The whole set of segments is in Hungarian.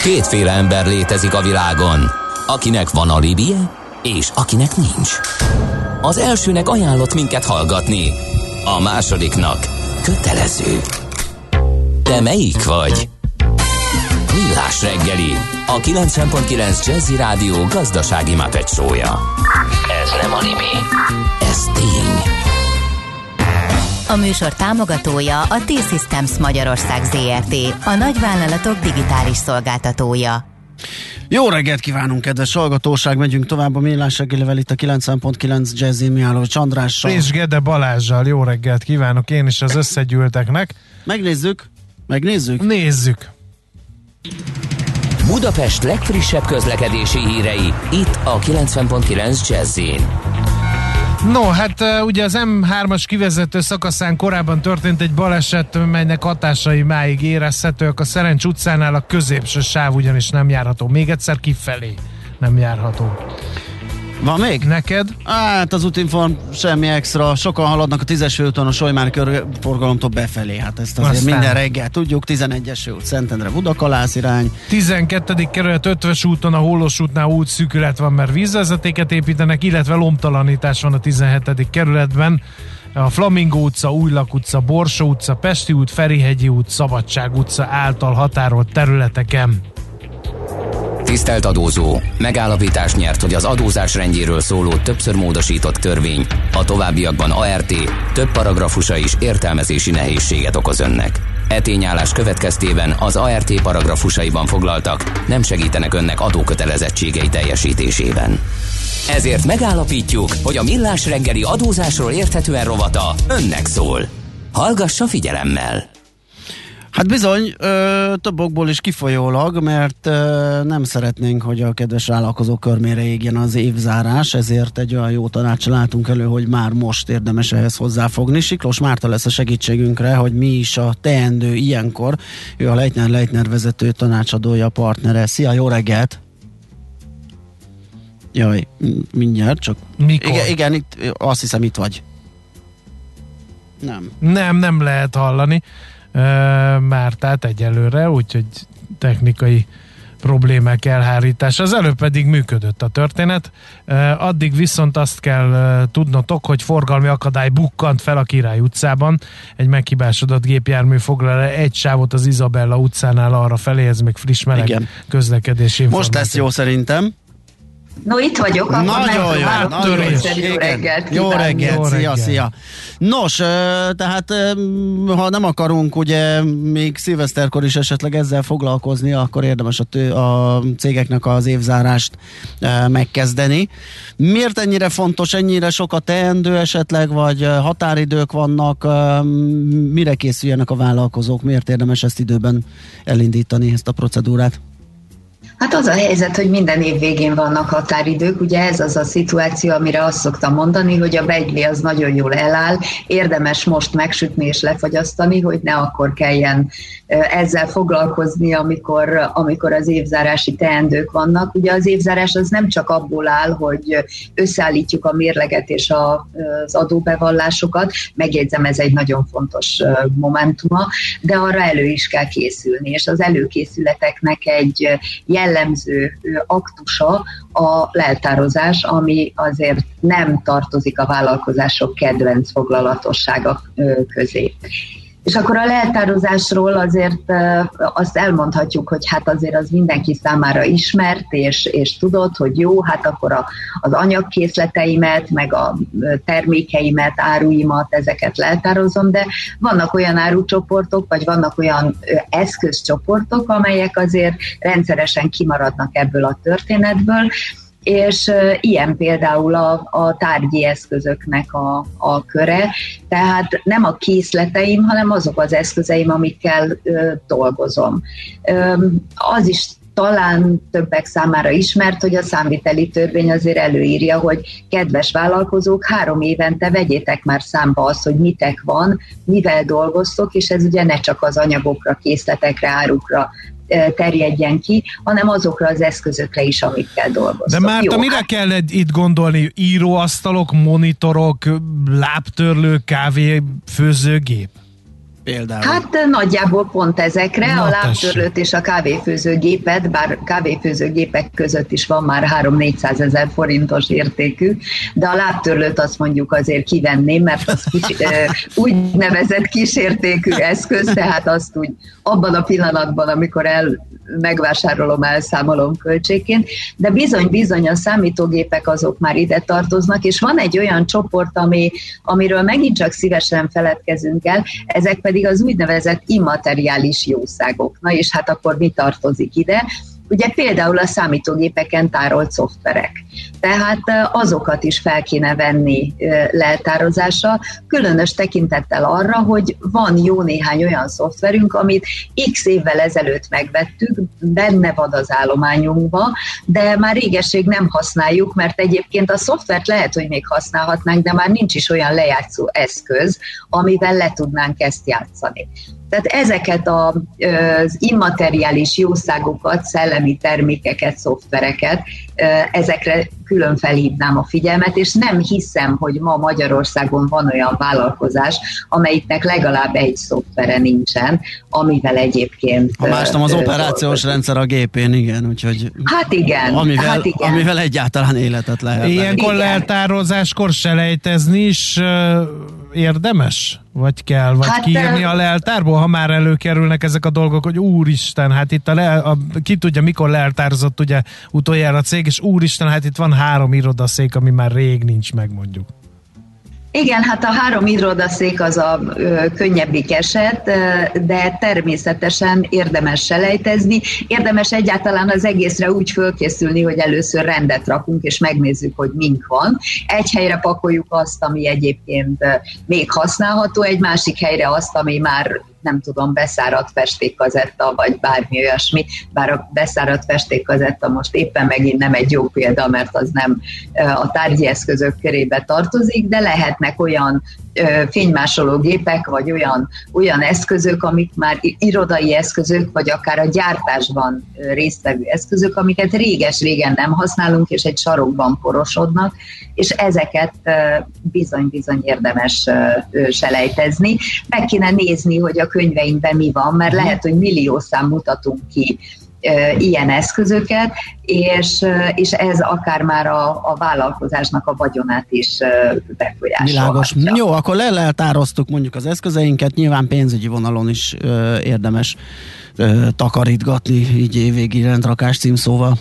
Kétféle ember létezik a világon, akinek van alibije, és akinek nincs. Az elsőnek ajánlott minket hallgatni, a másodiknak kötelező. Te melyik vagy? Millás reggeli, a 90.9 Jazzy Rádió gazdasági Muppet show-ja. Ez nem anime, ez tény. A műsor támogatója a T-Systems Magyarország Zrt., a nagyvállalatok digitális szolgáltatója. Jó reggelt kívánunk, kedves hallgatóság! Megyünk tovább a Millás reggelivel itt a 90.9 Jazzy Mihálovics Andrással. És Gede Balázsral. Jó reggelt kívánok én is az összegyűlteknek. Megnézzük? Nézzük! Budapest legfrissebb közlekedési hírei, itt a 90.9 Jazzyn. No, hát ugye az M3-as kivezető szakaszán korábban történt egy baleset, melynek hatásai máig érezhetők. A Szerencs utcánál a középső sáv ugyanis nem járható. Még egyszer kifelé nem járható. Van még? Neked? Hát az útinform semmi extra. Sokan haladnak a 10-es főúton a Solymári körforgalomtól befelé. Hát ezt azért aztán minden reggel tudjuk. 11-es főút Szentendre Budakalász irány. 12. kerület Ötvös úton a Hollós útnál útszűkület van, mert vízvezetéket építenek, illetve lombtalanítás van a 17. kerületben. A Flamingo utca, Újlak utca, Borsó utca, Pesti út, Ferihegyi út, Szabadság utca által határolt területeken. Tisztelt adózó, megállapítás nyert, hogy az adózás rendjéről szóló többször módosított törvény a továbbiakban ART több paragrafusa is értelmezési nehézséget okoz önnek. E tényállás következtében az ART paragrafusaiban foglaltak nem segítenek önnek adókötelezettségei teljesítésében. Ezért megállapítjuk, hogy a Millás reggeli adózásról érthetően rovata önnek szól. Hallgassa figyelemmel! Hát bizony, több okból is kifolyólag, mert nem szeretnénk, hogy a kedves vállalkozók körmére égjen az évzárás, ezért egy olyan jó tanácsra látunk elő, hogy már most érdemes ehhez hozzáfogni. Siklós Márta lesz a segítségünkre, hogy mi is a teendő ilyenkor. Ő a Leitner vezető tanácsadója, partnere. Szia, jó reggelt! Jaj, mindjárt, csak... Mikor? Igen, itt, azt hiszem itt vagy. Nem lehet hallani. Mártát egyelőre, úgyhogy technikai problémák elhárítása. Az előbb pedig működött a történet. Addig viszont azt kell tudnotok, hogy forgalmi akadály bukkant fel a Király utcában. Egy meghibásodott gépjármű foglal el egy sávot az Izabella utcánál arra felé, ez még friss meleg közlekedési információ. Most lesz jó szerintem. No, itt vagyok, akkor nagyon jó reggelt. Jó reggelt, szia. Nos, tehát ha nem akarunk ugye még szilveszterkor is esetleg ezzel foglalkozni, akkor érdemes a cégeknek az évzárást megkezdeni. Miért ennyire fontos, ennyire sok a teendő esetleg, vagy határidők vannak, mire készüljenek a vállalkozók, miért érdemes ezt időben elindítani, ezt a procedúrát? Hát az a helyzet, hogy minden év végén vannak határidők, ugye ez az a szituáció, amire azt szoktam mondani, hogy a beigli az nagyon jól eláll, érdemes most megsütni és lefagyasztani, hogy ne akkor kelljen ezzel foglalkozni, amikor az évzárási teendők vannak. Ugye az évzárás az nem csak abból áll, hogy összeállítjuk a mérleget és az adóbevallásokat, megjegyzem, ez egy nagyon fontos momentuma, de arra elő is kell készülni, és az előkészületeknek egy jellemző aktusa a leltározás, ami azért nem tartozik a vállalkozások kedvenc foglalatossága közé. És akkor a leltározásról azért azt elmondhatjuk, hogy hát azért az mindenki számára ismert, és tudod, hogy jó, hát akkor az anyagkészleteimet, meg a termékeimet, áruimat, ezeket leltározom, de vannak olyan árucsoportok, vagy vannak olyan eszközcsoportok, amelyek azért rendszeresen kimaradnak ebből a történetből, és ilyen például a tárgyi eszközöknek a köre, tehát nem a készleteim, hanem azok az eszközeim, amikkel dolgozom. Az is talán többek számára ismert, hogy a számviteli törvény azért előírja, hogy kedves vállalkozók, 3 évente vegyétek már számba azt, hogy mitek van, mivel dolgoztok, és ez ugye ne csak az anyagokra, készletekre, árukra terjedjen ki, hanem azokra az eszközökre is, amikkel dolgoztok. De Márta, mire kell itt gondolni? Íróasztalok, monitorok, lábtörlő, kávéfőzőgép? például? Hát nagyjából pont ezekre, a lábtörlőt és a kávéfőzőgépet, bár kávéfőzőgépek között is van már 3-400 ezer forintos értékű, de a lábtörlőt azt mondjuk azért kivenném, mert az úgynevezett kisértékű eszköz, tehát azt úgy abban a pillanatban, amikor megvásárolom, elszámolom költségként, de bizony a számítógépek azok már ide tartoznak, és van egy olyan csoport, amiről megint csak szívesen feledkezünk el, ezek pedig az úgynevezett immateriális jószágok. Na és hát akkor mi tartozik ide? Ugye például a számítógépeken tárolt szoftverek. Tehát azokat is fel kéne venni leltározásra, különös tekintettel arra, hogy van jó néhány olyan szoftverünk, amit x évvel ezelőtt megvettük, benne van az állományunkban, de már régesség nem használjuk, mert egyébként a szoftvert lehet, hogy még használhatnánk, de már nincs is olyan lejátszó eszköz, amivel le tudnánk ezt játszani. Tehát ezeket az immateriális jószágokat, szellemi termékeket, szoftvereket, ezekre külön felhívnám a figyelmet, és nem hiszem, hogy ma Magyarországon van olyan vállalkozás, amelyiknek legalább egy szoftvere nincsen, amivel egyébként... Ha más nem az operációs rendszer a gépén, igen, úgyhogy... Hát igen. Amivel egyáltalán életet lehet. Ilyenkor leltározáskor selejtezni is érdemes? Vagy kell? Vagy kiírni a leltárból, ha már előkerülnek ezek a dolgok, hogy úristen, hát itt ki tudja, mikor leltározott ugye utoljára a cég, és úristen, hát itt van 3 irodaszék, ami már rég nincs meg, mondjuk. Igen, hát a 3 irodaszék az a könnyebbik eset, de természetesen érdemes selejtezni. Érdemes egyáltalán az egészre úgy fölkészülni, hogy először rendet rakunk, és megnézzük, hogy mink van. Egy helyre pakoljuk azt, ami egyébként még használható, egy másik helyre azt, ami már nem tudom, beszáradt festékkazetta, vagy bármi olyasmi, bár a beszáradt festékkazetta most éppen megint nem egy jó példa, mert az nem a tárgyi eszközök körébe tartozik, de lehetnek olyan fénymásoló gépek, vagy olyan eszközök, amik már irodai eszközök, vagy akár a gyártásban résztvevő eszközök, amiket réges-régen nem használunk, és egy sarokban porosodnak, és ezeket bizony-bizony érdemes selejtezni. Meg kéne nézni, hogy a könyveinkben mi van, mert lehet, hogy milliószám mutatunk ki ilyen eszközöket, és ez akár már a vállalkozásnak a vagyonát is befolyásolhatja. Világos. Jó, akkor leltároztuk mondjuk az eszközeinket, nyilván pénzügyi vonalon is érdemes takarítgatni, így évvégi rendrakás címszóval.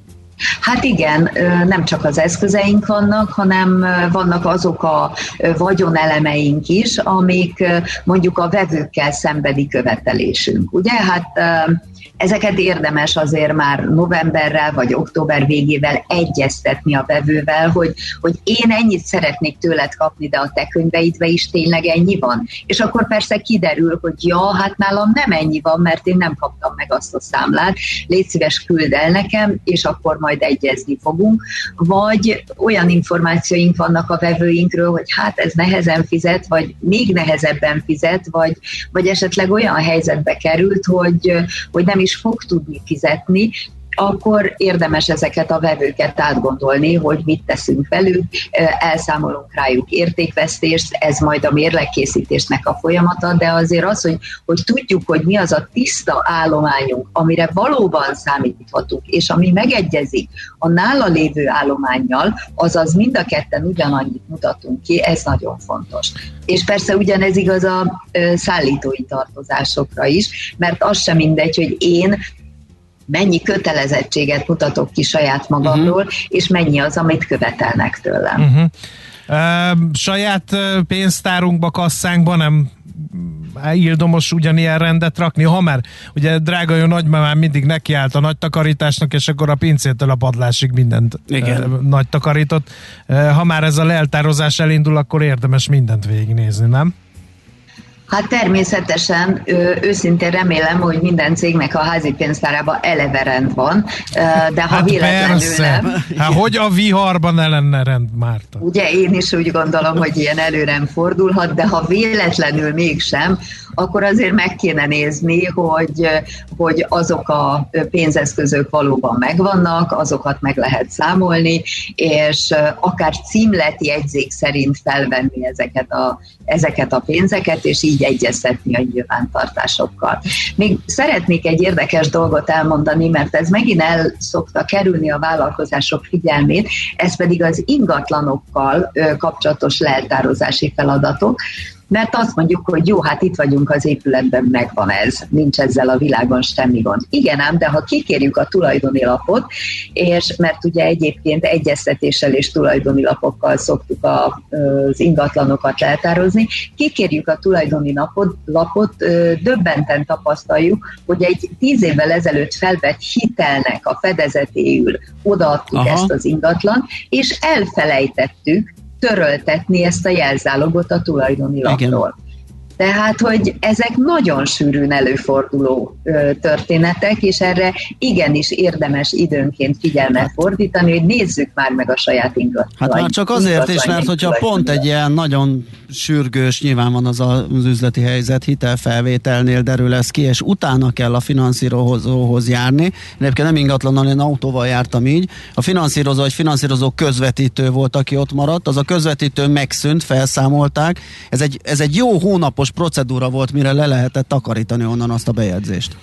Hát igen, nem csak az eszközeink vannak, hanem vannak azok a vagyonelemeink is, amik mondjuk a vevőkkel szembeni követelésünk. Ugye, hát ezeket érdemes azért már novemberrel vagy október végével egyeztetni a vevővel, hogy én ennyit szeretnék tőled kapni, de a te könyveidben is tényleg ennyi van. És akkor persze kiderül, hogy ja, hát nálam nem ennyi van, mert én nem kaptam meg azt a számlát, légy szíves, küld el nekem, és akkor majd egyezni fogunk. Vagy olyan információink vannak a vevőinkről, hogy hát ez nehezen fizet, vagy még nehezebben fizet, vagy esetleg olyan helyzetbe került, hogy nem is fog tudni fizetni, akkor érdemes ezeket a vevőket átgondolni, hogy mit teszünk velük, elszámolunk rájuk értékvesztést, ez majd a mérlegkészítésnek a folyamata, de azért az, hogy tudjuk, hogy mi az a tiszta állományunk, amire valóban számíthatunk, és ami megegyezik a nála lévő állománnyal, azaz mind a ketten ugyanannyit mutatunk ki, ez nagyon fontos. És persze ugyanez igaz a szállítói tartozásokra is, mert az sem mindegy, hogy én mennyi kötelezettséget mutatok ki saját magamról, és mennyi az, amit követelnek tőlem. Saját pénztárunkba, kasszánkba nem ildomos ugyanilyen rendet rakni, ha már ugye drága jó nagymamám mindig nekiállt a nagy takarításnak, és akkor a pincétől a padlásig mindent nagy takarított. Ha már ez a leltározás elindul, akkor érdemes mindent végignézni, nem? Hát természetesen, őszintén remélem, hogy minden cégnek a házi pénztárában eleve rend van, de ha hát véletlenül persze. Nem... Hát hogy a viharban ne lenne rend, Márta? Ugye én is úgy gondolom, hogy ilyen előre fordulhat, de ha véletlenül mégsem, akkor azért meg kéne nézni, hogy azok a pénzeszközök valóban megvannak, azokat meg lehet számolni, és akár címletjegyzék szerint felvenni ezeket a pénzeket, és így egyeztetni a nyilvántartásokkal. Még szeretnék egy érdekes dolgot elmondani, mert ez megint el szokta kerülni a vállalkozások figyelmét, ez pedig az ingatlanokkal kapcsolatos leltározási feladatok, mert azt mondjuk, hogy jó, hát itt vagyunk az épületben, megvan ez, nincs ezzel a világon semmi gond. Igen ám, de ha kikérjük a tulajdoni lapot, és mert ugye egyébként egyeztetéssel és tulajdoni lapokkal szoktuk az ingatlanokat leltározni, kikérjük a tulajdoni lapot, döbbenten tapasztaljuk, hogy egy 10 évvel ezelőtt felvett hitelnek a fedezetéül odaadtuk ezt az ingatlan, és elfelejtettük töröltetni ezt a jelzálogot a tulajdoni lapról. Tehát, hogy ezek nagyon sűrűn előforduló történetek, és erre igenis érdemes időnként figyelmet fordítani, hogy nézzük már meg a saját ingatlan. Hát már csak azért is, mert hogyha pont egy ilyen nagyon sürgős, nyilván van az üzleti helyzet, hitelfelvételnél derül ez ki, és utána kell a finanszírozóhoz járni. Egyébként nem ingatlannal, én autóval jártam így. A finanszírozó vagy finanszírozó közvetítő volt, aki ott maradt, az a közvetítő megszűnt, felszámolták. Ez egy jó hónapos procedúra volt, mire le lehetett takarítani onnan azt a bejegyzést.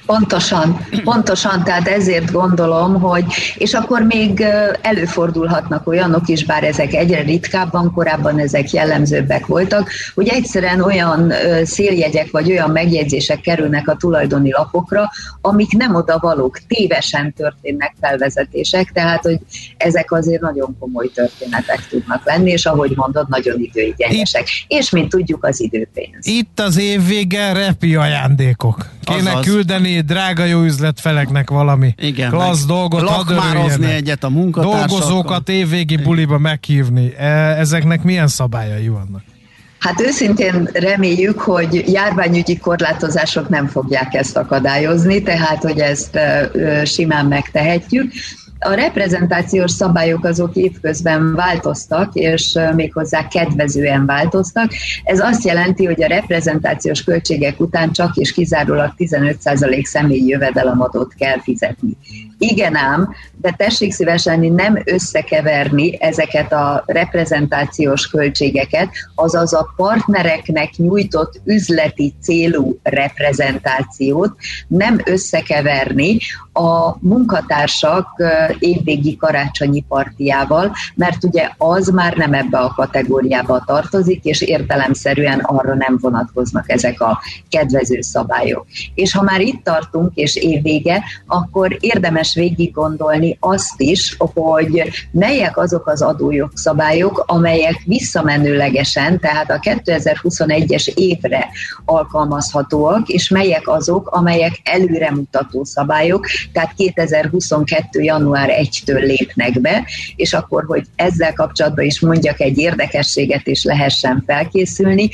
Pontosan, tehát ezért gondolom, hogy, és akkor még előfordulhatnak olyanok is, bár ezek egyre ritkábban, korábban ezek jellemzőbbek voltak, hogy egyszerűen olyan széljegyek vagy olyan megjegyzések kerülnek a tulajdoni lapokra, amik nem odavalók, tévesen történnek felvezetések, tehát hogy ezek azért nagyon komoly történetek tudnak lenni, és ahogy mondod, nagyon időigényesek. És mint tudjuk, az időpénz. Itt az év vége repi ajándékok. Kéne küldeni drága jó üzletfeleknek valami klassz dolgot, hadd örüljenek. Egyet a munkatársakkal. Dolgozókat évvégi buliba meghívni. Ezeknek milyen szabályai vannak? Hát őszintén reméljük, hogy járványügyi korlátozások nem fogják ezt akadályozni, tehát hogy ezt simán megtehetjük. A reprezentációs szabályok azok évközben változtak, és méghozzá kedvezően változtak. Ez azt jelenti, hogy a reprezentációs költségek után csak és kizárólag 15% személyi jövedelemadót kell fizetni. Igen ám, de tessék szívesen nem összekeverni ezeket a reprezentációs költségeket, azaz a partnereknek nyújtott üzleti célú reprezentációt nem összekeverni a munkatársak évvégi karácsonyi partiával, mert ugye az már nem ebbe a kategóriába tartozik, és értelemszerűen arra nem vonatkoznak ezek a kedvező szabályok. És ha már itt tartunk, és évvége, akkor érdemes végig gondolni azt is, hogy melyek azok az adójogszabályok, amelyek visszamenőlegesen, tehát a 2021-es évre alkalmazhatóak, és melyek azok, amelyek előremutató szabályok, tehát 2022. január 1-től lépnek be, és akkor, hogy ezzel kapcsolatban is mondjak egy érdekességet, és lehessen felkészülni,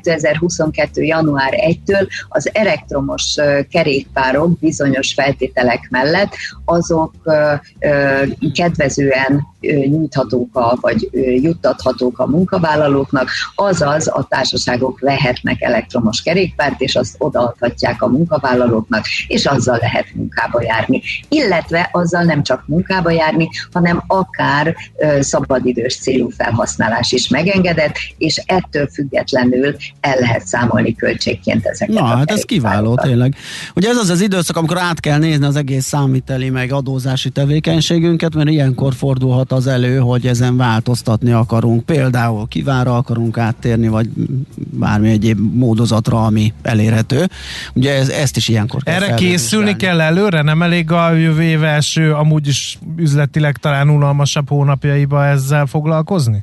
2022. január 1-től az elektromos kerékpárok bizonyos feltételek mellett azok kedvezően nyújthatók vagy juttathatók a munkavállalóknak, azaz a társaságok vehetnek elektromos kerékpárt, és azt odaadhatják a munkavállalóknak, és azzal lehet munkába járni. Illetve azzal nem csak munkába járni, hanem akár szabadidős célú felhasználás is megengedett, és ettől függetlenül el lehet számolni költségként ezeket. Na, hát ez kiváló tényleg. Ugye ez az időszak, amikor át kell nézni az egész számviteli meg adózási tevékenységünket, mert ilyenkor fordulhat az elő, hogy ezen változtatni akarunk. Például kivára akarunk áttérni, vagy bármi egyéb módozatra, ami elérhető. Ugye ezt is ilyenkor kell erre készülni kell előre? Nem elég a jövő év első, amúgy is üzletileg talán unalmasabb hónapjaiba ezzel foglalkozni?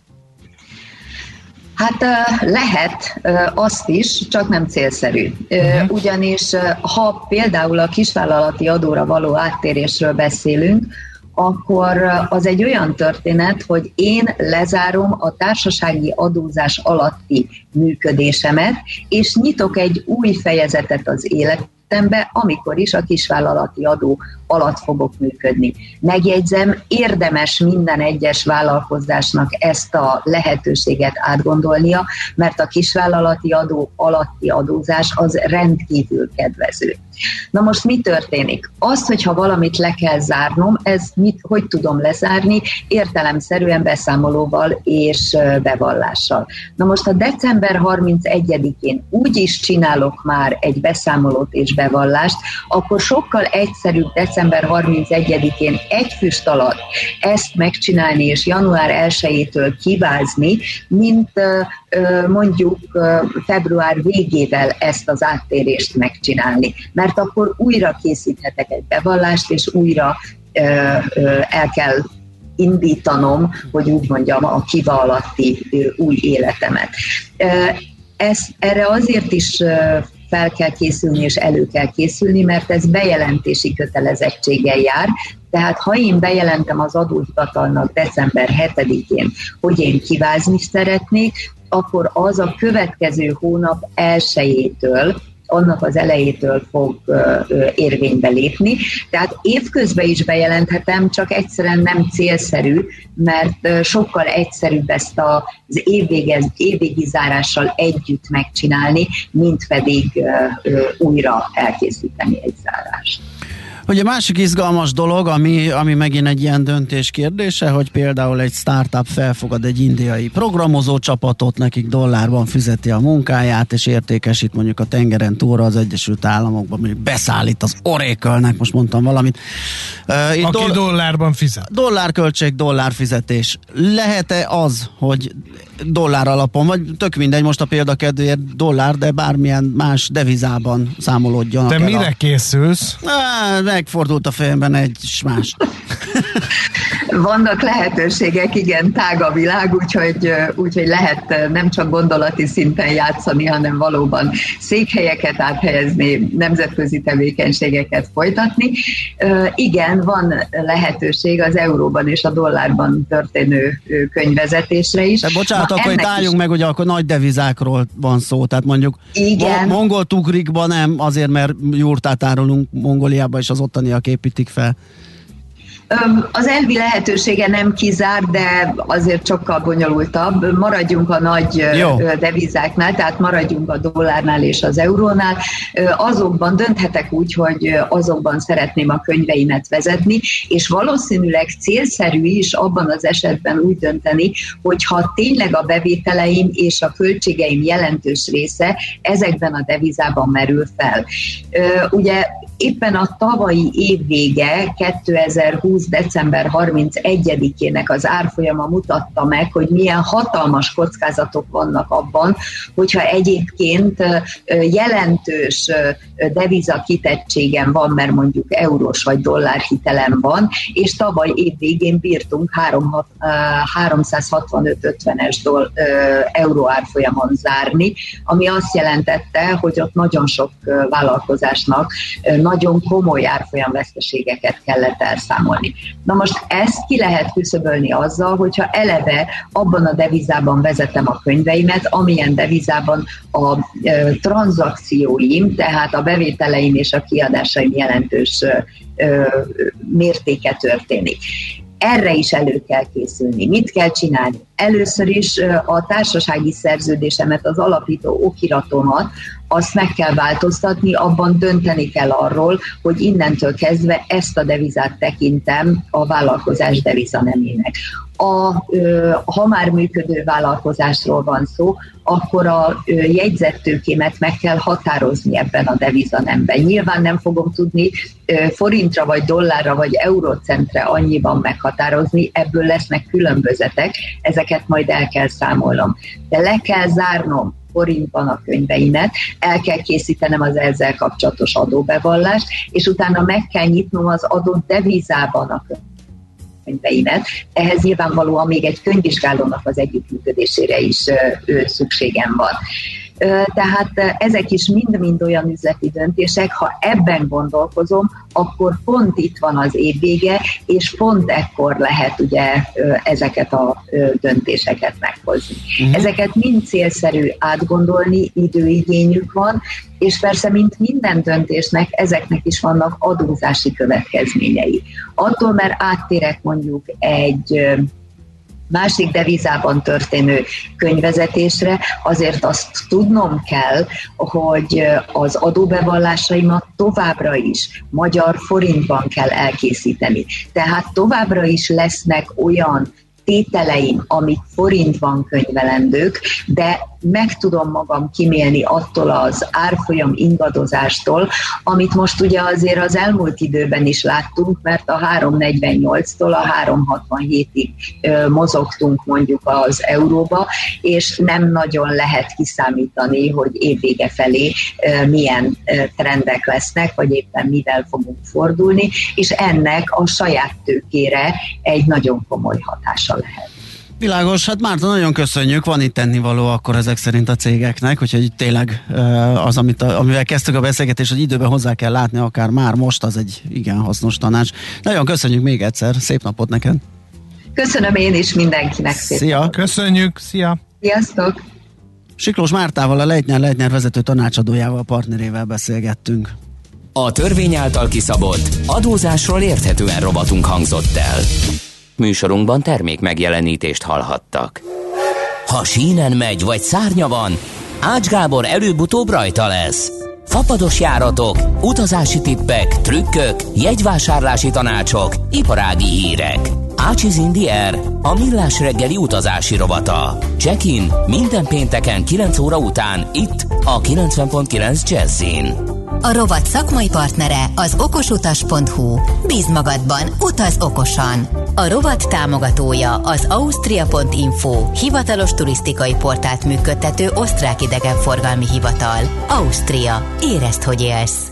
Hát lehet azt is, csak nem célszerű. Ugyanis ha például a kisvállalati adóra való áttérésről beszélünk, akkor az egy olyan történet, hogy én lezárom a társasági adózás alatti működésemet, és nyitok egy új fejezetet az életemben, építettem be, amikor is a kisvállalati adó alatt fogok működni. Megjegyzem, érdemes minden egyes vállalkozásnak ezt a lehetőséget átgondolnia, mert a kisvállalati adó alatti adózás az rendkívül kedvező. Na most mi történik? Az, hogyha valamit le kell zárnom, hogy tudom lezárni? Értelemszerűen beszámolóval és bevallással. Na most a december 31-én úgy is csinálok már egy beszámolót és bevallást, akkor sokkal egyszerűbb december 31-én egy füst alatt ezt megcsinálni és január 1-től kivázni, mint mondjuk február végével ezt az áttérést megcsinálni. Mert akkor újra készíthetek egy bevallást, és újra el kell indítanom, hogy úgy mondjam, a kiva alatti új életemet. Erre azért is fel kell készülni és elő kell készülni, mert ez bejelentési kötelezettséggel jár. Tehát ha én bejelentem az adóhivatalnak december 7-én, hogy én kivázni szeretnék, akkor az a következő hónap 1-től, annak az elejétől fog érvénybe lépni. Tehát évközben is bejelenthetem, csak egyszerűen nem célszerű, mert sokkal egyszerűbb ezt az évvégi zárással együtt megcsinálni, mint pedig újra elkészíteni egy zárást. Ugye másik izgalmas dolog, ami megint egy ilyen döntés kérdése, hogy például egy startup felfogad egy indiai programozó csapatot, nekik dollárban fizeti a munkáját, és értékesít mondjuk a tengeren túlra az Egyesült Államokban, mondjuk beszállít az Oracle-nek, most mondtam valamit. Aki dollárban fizet. Dollárköltség, dollárfizetés. Lehet-e az, hogy dollár alapon, vagy tök mindegy, most a példakedvéért dollár, de bármilyen más devizában számolódjanak el? Te mire készülsz? Megfordult a fejemben egy más. Vannak lehetőségek, igen, tág a világ, úgyhogy lehet nem csak gondolati szinten játszani, hanem valóban székhelyeket áthelyezni, nemzetközi tevékenységeket folytatni. Igen, van lehetőség az euróban és a dollárban történő könyvvezetésre is. De bocsánat, akkor itt álljunk meg, hogy akkor nagy devizákról van szó, tehát mondjuk mongol tugrikban nem, azért mert jurtát árulunk Mongóliába, és az ottaniak építik fel. Az elvi lehetősége nem kizár, de azért sokkal bonyolultabb. Maradjunk a nagy devizáknál, tehát maradjunk a dollárnál és az eurónál. Azokban dönthetek úgy, hogy azokban szeretném a könyveimet vezetni, és valószínűleg célszerű is abban az esetben úgy dönteni, hogyha tényleg a bevételeim és a költségeim jelentős része ezekben a devizában merül fel. Ugye éppen a tavalyi évvége, 2020. december 31-ének az árfolyama mutatta meg, hogy milyen hatalmas kockázatok vannak abban, hogyha egyébként jelentős deviza kitettségem van, mert mondjuk eurós vagy dollár hitelem van, és tavaly évvégén bírtunk 365-50-es euró árfolyamon zárni, ami azt jelentette, hogy ott nagyon sok vállalkozásnak nagyon komoly árfolyamveszteségeket kellett elszámolni. Na most ezt ki lehet küszöbölni azzal, hogyha eleve abban a devizában vezetem a könyveimet, amilyen devizában a tranzakcióim, tehát a bevételeim és a kiadásaim jelentős mértéke történik. Erre is elő kell készülni. Mit kell csinálni? Először is a társasági szerződésemet, az alapító okiratomat, azt meg kell változtatni, abban dönteni kell arról, hogy innentől kezdve ezt a devizát tekintem a vállalkozás devizanemének. Ha már működő vállalkozásról van szó, akkor a jegyzettőkémet meg kell határozni ebben a devizanemben. Nyilván nem fogom tudni forintra, vagy dollárra, vagy eurócentre annyiban meghatározni, ebből lesznek különbözetek, ezeket majd el kell számolnom. De le kell zárnom forintban a könyveimet, el kell készítenem az ezzel kapcsolatos adóbevallást, és utána meg kell nyitnom az adott devizában a könyveimet. Ehhez nyilvánvalóan még egy könyvvizsgálónak az együttműködésére is szükségem van. Tehát ezek is mind-mind olyan üzleti döntések, ha ebben gondolkozom, akkor pont itt van az évvége, és pont ekkor lehet ugye ezeket a döntéseket meghozni. Ezeket mind célszerű átgondolni, időigényük van, és persze, mint minden döntésnek, ezeknek is vannak adózási következményei. Attól, mert áttérek mondjuk egy másik devizában történő könyvvezetésre, azért azt tudnom kell, hogy az adóbevallásaimat továbbra is magyar forintban kell elkészíteni. Tehát továbbra is lesznek olyan tételeim, amik forintban könyvelendők, de meg tudom magam kimélni attól az árfolyam ingadozástól, amit most ugye azért az elmúlt időben is láttunk, mert a 3,48-tól a 3,67-ig mozogtunk mondjuk az euróba, és nem nagyon lehet kiszámítani, hogy évvége felé milyen trendek lesznek, vagy éppen mivel fogunk fordulni, és ennek a saját tőkére egy nagyon komoly hatása lehet. Világos, hát Márta, nagyon köszönjük, van itt tennivaló akkor ezek szerint a cégeknek, úgyhogy tényleg az, amivel kezdtük a beszélgetést, hogy időben hozzá kell látni, akár már most, az egy igen hasznos tanács. Nagyon köszönjük még egyszer, szép napot neked! Köszönöm én is mindenkinek szépen! Szia! Köszönjük, szia! Sziasztok! Siklós Mártával, a Leitner vezető tanácsadójával, partnerével beszélgettünk. A törvény által kiszabott adózásról érthetően rovatunk hangzott el. Műsorunkban termék megjelenítést hallhattak. Ha sínen megy, vagy szárnya van, Ács Gábor előbb-utóbb rajta lesz. Fapados járatok, utazási tippek, trükkök, jegyvásárlási tanácsok, iparági hírek. Ácsiz in the Air, a millás reggeli utazási rovata. Check-in minden pénteken 9 óra után itt a 90.9 Jazzin. A rovat szakmai partnere az okosutas.hu. Bízd magadban, utaz okosan! A rovat támogatója az Austria.info, hivatalos turisztikai portált működtető osztrák idegenforgalmi hivatal. Ausztria. Érezd, hogy élsz!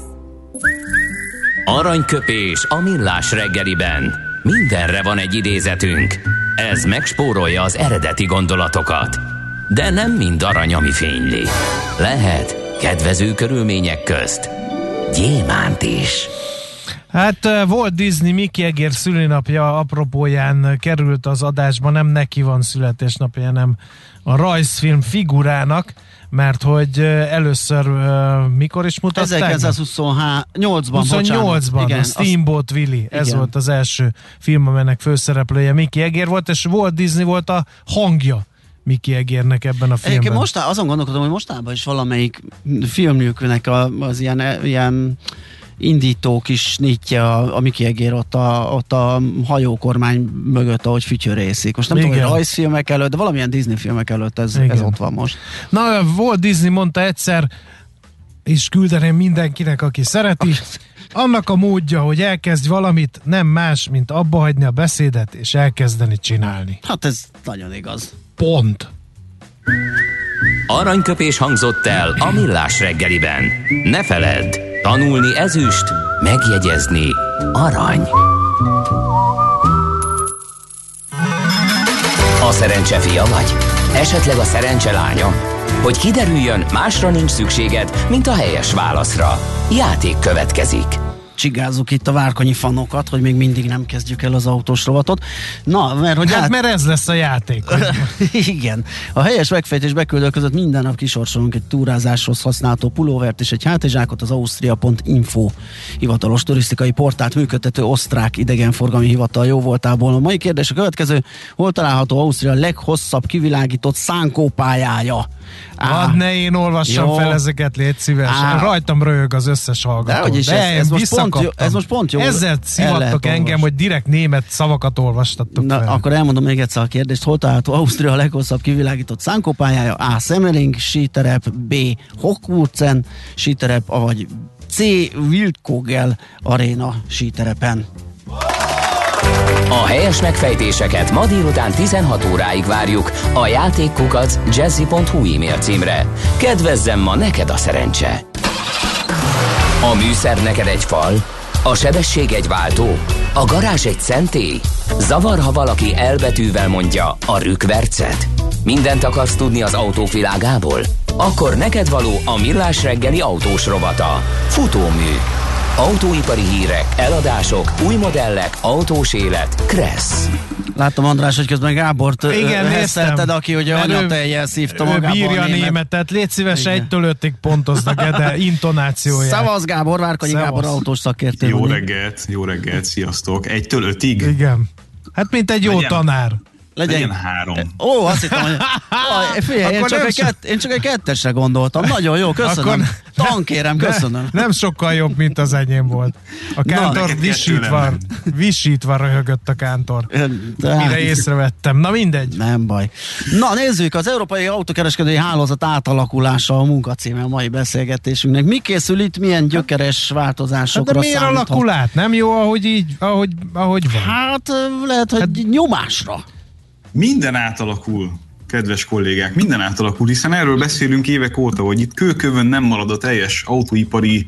Aranyköpés a millás reggeliben. Mindenre van egy idézetünk. Ez megspórolja az eredeti gondolatokat. De nem mind arany, ami fényli. Lehet kedvező körülmények közt gyémánt is. Hát Walt Disney Mickey Egér szülinapja apropóján került az adásba, nem neki van születésnapja, hanem a rajzfilm figurának, mert hogy először mikor is mutatták? 1928-ban, 28-ban, a Steamboat Willie, ez igen. Volt az első film, amelynek főszereplője Mickey Egér volt, és Walt Disney volt a hangja Mickey Egérnek ebben a filmben. Egyébként most azon gondolkodom, hogy mostában is valamelyik filmjüknek az ilyen indító kis nyitja a Mickey Egér ott a hajókormány mögött, ahogy fütyörészik. Most nem tudom, hogy rajzfilmek előtt, de valamilyen Disney filmek előtt ez ott van most. Na, Walt Disney mondta egyszer, és küldeném mindenkinek, aki szereti, annak a módja, hogy elkezdj valamit, nem más, mint abba hagyni a beszédet, és elkezdeni csinálni. Hát ez nagyon igaz. Pont. Aranyköpés hangzott el a millás reggeliben. Ne feledd, tanulni ezüst, megjegyezni arany. A szerencse fia vagy? Esetleg a szerencse lánya? Hogy kiderüljön, másra nincs szükséged, mint a helyes válaszra. Játék következik. Csigázzuk itt a várkonyi fanokat, hogy még mindig nem kezdjük el az autós rovatot. Na, mert hogy mert ez lesz a játék. Igen. A helyes megfejtés beküldő között minden nap kisorsolunk egy túrázáshoz használható pulóvert és egy hátizsákot az Austria.info hivatalos turisztikai portált működtető osztrák idegenforgalmi hivatal jóvoltából. A mai kérdés a következő: hol található Ausztria leghosszabb kivilágított szánkópályája? Hadd ne én olvassam fel ezeket, légy szíves. Rajtam röhög az összes hallgató. Ez most pont jó. Ezzel szivattok engem, hogy direkt német szavakat olvastattok fel. Akkor elmondom még egyszer a kérdést. Hol található Ausztria leghosszabb kivilágított szánkópályája? A. Semmering síterep, B. Hochwurzen síterep, vagy C. Wildkogel Arena síterepen. A helyes megfejtéseket ma délután 16 óráig várjuk a játékkukac@jazzy.hu e-mail címre. Kedvezzem ma neked a szerencse! A műszer neked egy fal, a sebesség egy váltó, a garázs egy szentély. Zavar, ha valaki elbetűvel mondja a rükvercet? Mindent akarsz tudni az autók világából? Akkor neked való a Millás reggeli autós rovata. Futómű. Autóipari hírek, eladások, új modellek, autós élet. Kressz. Láttam, András, hogy közben Gábort hesszelted, aki ugye anyatejjel szívta magába bírja a németet. Légy szíves, 1-től 5-ig pontoznak de intonációját. Szavasz Gábor, Várkonyi Gábor autós szakértő. Jó reggelt, sziasztok. 1-től 5-ig? Igen. Hát mint egy jó tanár. Legyen 3. Ó, azt hittem, hogy figyelj, én csak egy 2-esre gondoltam. Nagyon jó, köszönöm. Tankérem, köszönöm. Nem sokkal jobb, mint az enyém volt. A kántor visítva röhögött a kántor. Mire észrevettem. Na mindegy. Nem baj. Na nézzük, az Európai Autókereskedői Hálózat átalakulása a munkacíme a mai beszélgetésünknek. Mi készül itt, milyen gyökeres változásokra számíthat? De miért alakul át? Nem jó, ahogy van? Hát lehet, hogy nyomásra. Minden átalakul, kedves kollégák, minden átalakul, hiszen erről beszélünk évek óta, hogy itt kőkövön nem marad a teljes autóipari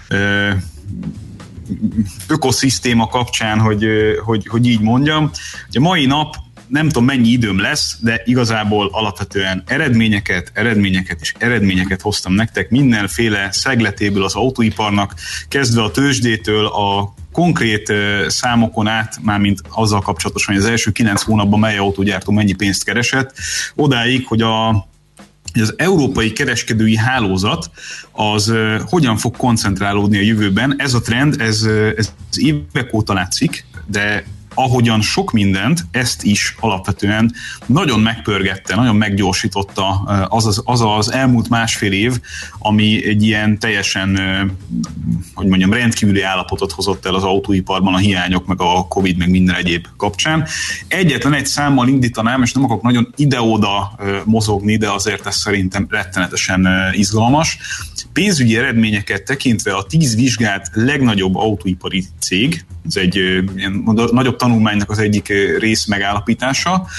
ökoszisztéma kapcsán, hogy így mondjam. Ugye mai nap nem tudom mennyi időm lesz, de igazából alapvetően eredményeket hoztam nektek mindenféle szegletéből az autóiparnak, kezdve a tőzsdétől a konkrét számokon át, mármint azzal kapcsolatosan, hogy az első 9 hónapban mely autógyártó mennyi pénzt keresett, odáig, hogy az európai kereskedői hálózat az hogyan fog koncentrálódni a jövőben. Ez a trend, ez évek óta látszik, de ahogyan sok mindent, ezt is alapvetően nagyon megpörgette, nagyon meggyorsította az elmúlt másfél év, ami egy ilyen teljesen, hogy mondjam, rendkívüli állapotot hozott el az autóiparban, a hiányok, meg a Covid, meg minden egyéb kapcsán. Egyetlen egy számmal indítanám, és nem akarok nagyon ide-oda mozogni, de azért ez szerintem rettenetesen izgalmas. Pénzügyi eredményeket tekintve a 10 vizsgált legnagyobb autóipari cég, ez egy ilyen nagyobb tanulmánynak az egyik rész megállapítása.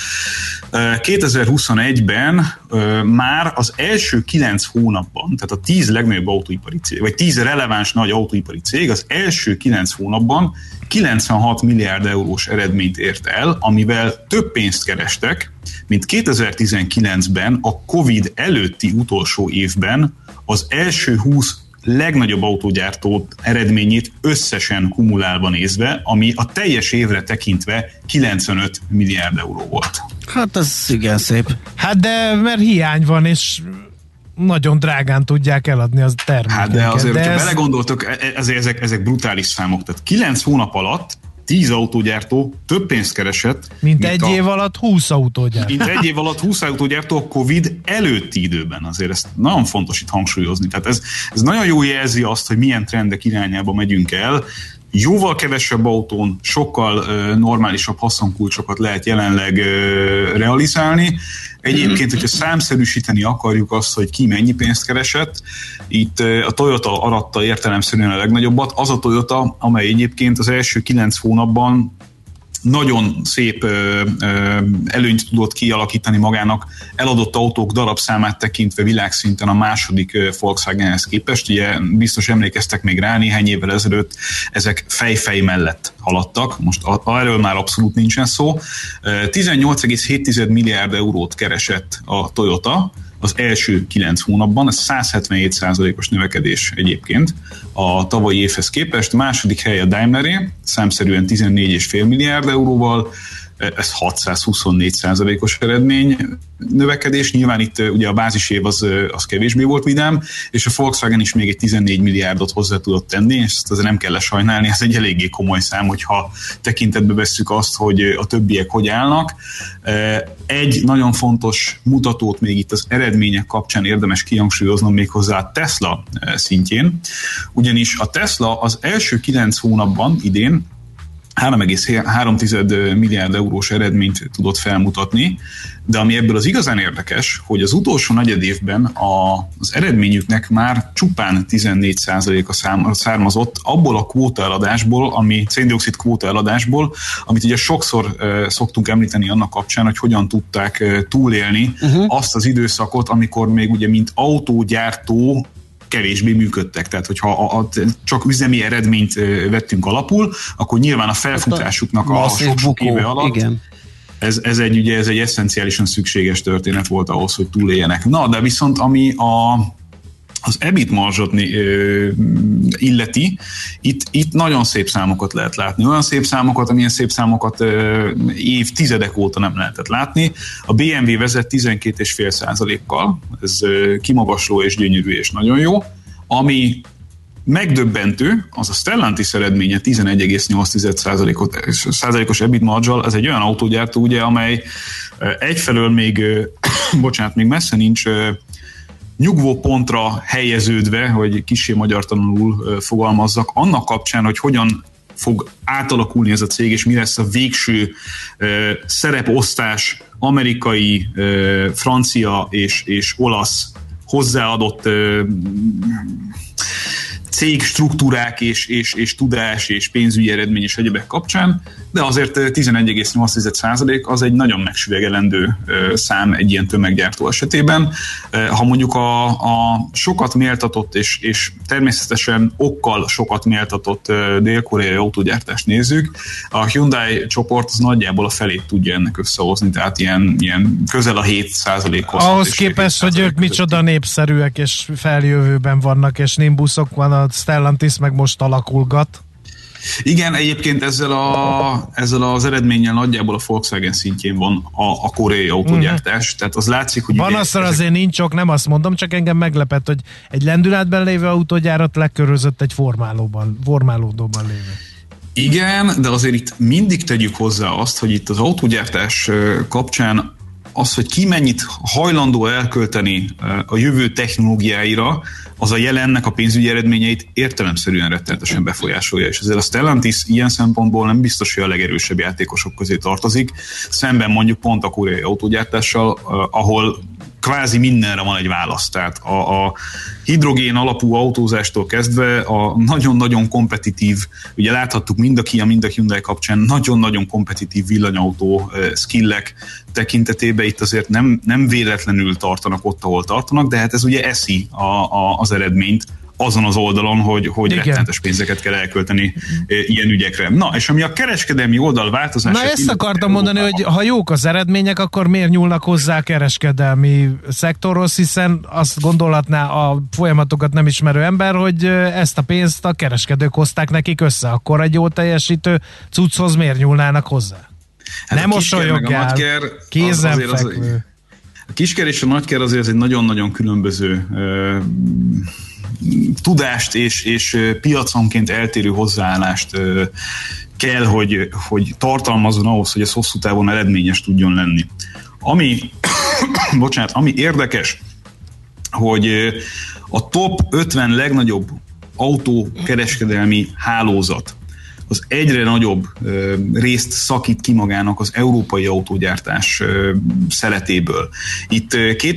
2021-ben már az első 9 hónapban, tehát a 10 legnagyobb autóipari cég, vagy 10 releváns nagy autóipari cég az első 9 hónapban 96 milliárd eurós eredményt ért el, amivel több pénzt kerestek, mint 2019-ben a Covid előtti utolsó évben az első 20 legnagyobb autógyártó eredményét összesen kumulálva nézve, ami a teljes évre tekintve 95 milliárd euró volt. Hát ez igen szép. Hát de mert hiány van, és nagyon drágán tudják eladni az termékeket. Hát de azért, hogyha belegondoltok, ezek brutális számok. Tehát 9 hónap alatt 10 autógyártó több pénzt keresett. Mint egy év alatt 20 autógyártó. Mint egy év alatt 20 autógyártó a Covid előtti időben. Azért ezt nagyon fontos itt hangsúlyozni. Tehát ez nagyon jól jelzi azt, hogy milyen trendek irányába megyünk el. Jóval kevesebb autón sokkal normálisabb haszonkulcsokat lehet jelenleg realizálni. Egyébként, hogyha számszerűsíteni akarjuk azt, hogy ki mennyi pénzt keresett, itt a Toyota aratta értelemszerűen a legnagyobbat. Az a Toyota, amely egyébként az első 9 hónapban nagyon szép előnyt tudott kialakítani magának, eladott autók darabszámát tekintve világszinten a második Volkswagenhez képest. Ugye biztos emlékeztek még rá, néhány évvel ezelőtt ezek fej mellett haladtak, most erről már abszolút nincsen szó. 18,7 milliárd eurót keresett a Toyota az első 9 hónapban, ez 177%-os növekedés egyébként a tavalyi évhez képest. Második hely a Daimleré, számszerűen 14,5 milliárd euróval, ez 624%-os eredmény növekedés. Nyilván itt ugye a bázis év az kevésbé volt vidám, és a Volkswagen is még egy 14 milliárdot hozzá tudott tenni, és ezt azért nem kell lesajnálni, ez egy eléggé komoly szám, hogyha tekintetbe vesszük azt, hogy a többiek hogy állnak. Egy nagyon fontos mutatót még itt az eredmények kapcsán érdemes kihangsúlyoznom méghozzá a Tesla szintjén, ugyanis a Tesla az első 9 hónapban idén 3,3 milliárd eurós eredményt tudott felmutatni, de ami ebből az igazán érdekes, hogy az utolsó negyedévben az eredményüknek már csupán 14%-a származott abból a kvótaeladásból, szén-dioxid kvótaeladásból, amit ugye sokszor szoktunk említeni annak kapcsán, hogy hogyan tudták túlélni azt az időszakot, amikor még ugye mint autógyártó kevésbé működtek. Tehát, hogyha csak üzemi eredményt vettünk alapul, akkor nyilván a felfutásuknak a sok-sok éve alatt ez egy esszenciálisan szükséges történet volt ahhoz, hogy túléljenek. Na, de viszont ami az EBIT marzsot illeti, itt nagyon szép számokat lehet látni. Olyan szép számokat, amilyen szép számokat évtizedek óta nem lehetett látni. A BMW vezet 12,5%-kal, ez kimagasló és gyönyörű és nagyon jó. Ami megdöbbentő, az a Stellantis eredménye 11,8%-os EBIT marzzsal, ez egy olyan autógyártó, ugye, amely egyfelől még messze nincs nyugvó pontra helyeződve, hogy kissé magyartalanul fogalmazzak, annak kapcsán, hogy hogyan fog átalakulni ez a cég, és mi lesz a végső szereposztás amerikai, francia és olasz hozzáadott cég struktúrák és tudás és pénzügyi eredmény és egyebek kapcsán, de azért 11,8% az egy nagyon megsüvegelendő szám egy ilyen tömeggyártó esetében. Ha mondjuk a sokat méltatott és természetesen okkal sokat méltatott dél-koreai autógyártást nézzük, a Hyundai csoport az nagyjából a felét tudja ennek összehozni, tehát ilyen közel a 7%-hoz. Ahhoz képest, hogy ők micsoda népszerűek és feljövőben vannak, és Nimbusok van, a Stellantis meg most alakulgat. Igen, egyébként ezzel az eredménnyel nagyjából a Volkswagen szintjén van a koreai autógyártás, tehát az látszik, hogy... Van azért nincs ok, nem azt mondom, csak engem meglepett, hogy egy lendületben lévő autógyárat lekörözött egy formálódóban lévő. Igen, de azért itt mindig tegyük hozzá azt, hogy itt az autógyártás kapcsán az, hogy ki mennyit hajlandó elkölteni a jövő technológiáira, az a jelennek a pénzügyi eredményeit értelemszerűen rettenetesen befolyásolja, és ezért a Stellantis ilyen szempontból nem biztos, hogy a legerősebb játékosok közé tartozik, szemben mondjuk pont a koreai autógyártással, ahol kvázi mindenre van egy válasz. Tehát a hidrogén alapú autózástól kezdve a nagyon-nagyon kompetitív, ugye láthattuk mind a Kia, mind a Hyundai kapcsán nagyon-nagyon kompetitív villanyautó skillek tekintetében itt azért nem véletlenül tartanak ott, ahol tartanak, de hát ez ugye eszi az eredményt azon az oldalon, hogy rettenetes pénzeket kell elkölteni ilyen ügyekre. Na, és ami a kereskedelmi oldal változását... Na, ezt akartam mondani, hogy ha jók az eredmények, akkor miért nyúlnak hozzá a kereskedelmi szektorhoz, hiszen azt gondolhatná a folyamatokat nem ismerő ember, hogy ezt a pénzt a kereskedők hozták nekik össze, akkor egy jó teljesítő cucchoz miért nyúlnának hozzá? Hát nem mosolyogjál, kézenfekvő. A kisker és a nagyker azért egy nagyon-nagyon különböző tudást és piaconként eltérő hozzáállást kell, hogy tartalmazzon ahhoz, hogy ez hosszú távon eredményes tudjon lenni. Ami érdekes, hogy a top 50 legnagyobb autókereskedelmi hálózat az egyre nagyobb részt szakít ki magának az európai autógyártás szeletéből. Itt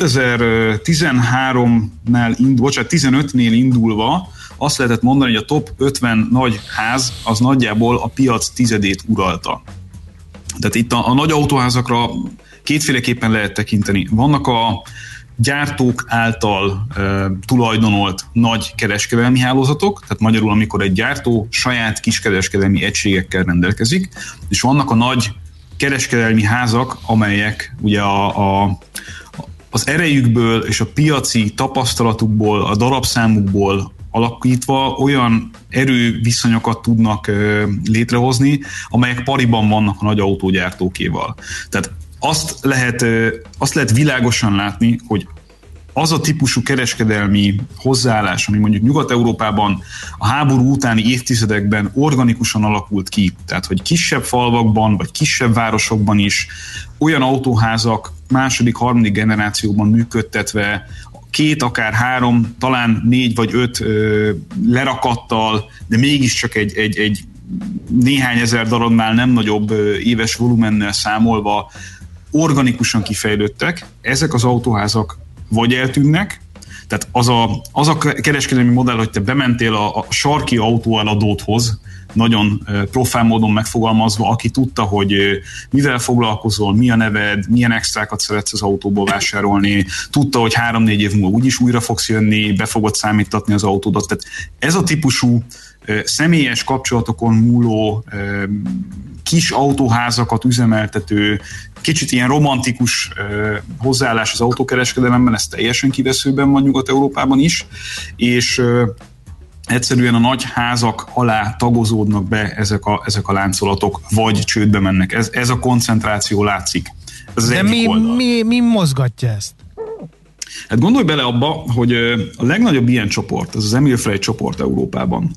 15-nél indulva azt lehetett mondani, hogy a top 50 nagy ház az nagyjából a piac tizedét uralta. Tehát itt a nagy autóházakra kétféleképpen lehet tekinteni. Vannak a gyártók által tulajdonolt nagy kereskedelmi hálózatok, tehát magyarul, amikor egy gyártó saját kiskereskedelmi egységekkel rendelkezik, és vannak a nagy kereskedelmi házak, amelyek ugye az erejükből és a piaci tapasztalatukból, a darabszámukból alakítva olyan erőviszonyokat tudnak létrehozni, amelyek pariban vannak a nagy autógyártókéval. Tehát azt lehet világosan látni, hogy az a típusú kereskedelmi hozzáállás, ami mondjuk Nyugat-Európában a háború utáni évtizedekben organikusan alakult ki, tehát hogy kisebb falvakban vagy kisebb városokban is olyan autóházak második, harmadik generációban működtetve, 2, akár 3, talán 4 vagy 5 lerakattal, de mégiscsak egy néhány ezer darabnál nem nagyobb éves volumennel számolva organikusan kifejlődtek. Ezek az autóházak vagy eltűnnek, tehát az a kereskedelmi modell, hogy te bementél a sarki autóeladódhoz, nagyon profán módon megfogalmazva, aki tudta, hogy mivel foglalkozol, mi a neved, milyen extrákat szeretsz az autóból vásárolni, tudta, hogy 3-4 év múlva úgyis újra fogsz jönni, be fogod számítatni az autódat. Tehát ez a típusú személyes kapcsolatokon múló kis autóházakat üzemeltető, kicsit ilyen romantikus hozzáállás az autókereskedelemben, ez teljesen kiveszőben van Nyugat-Európában is, és egyszerűen a nagy házak alá tagozódnak be ezek a láncolatok, vagy csődbe mennek. Ez a koncentráció látszik. Ez de mi mozgatja ezt? Hát gondolj bele abba, hogy a legnagyobb ilyen csoport, az Emil Frey csoport Európában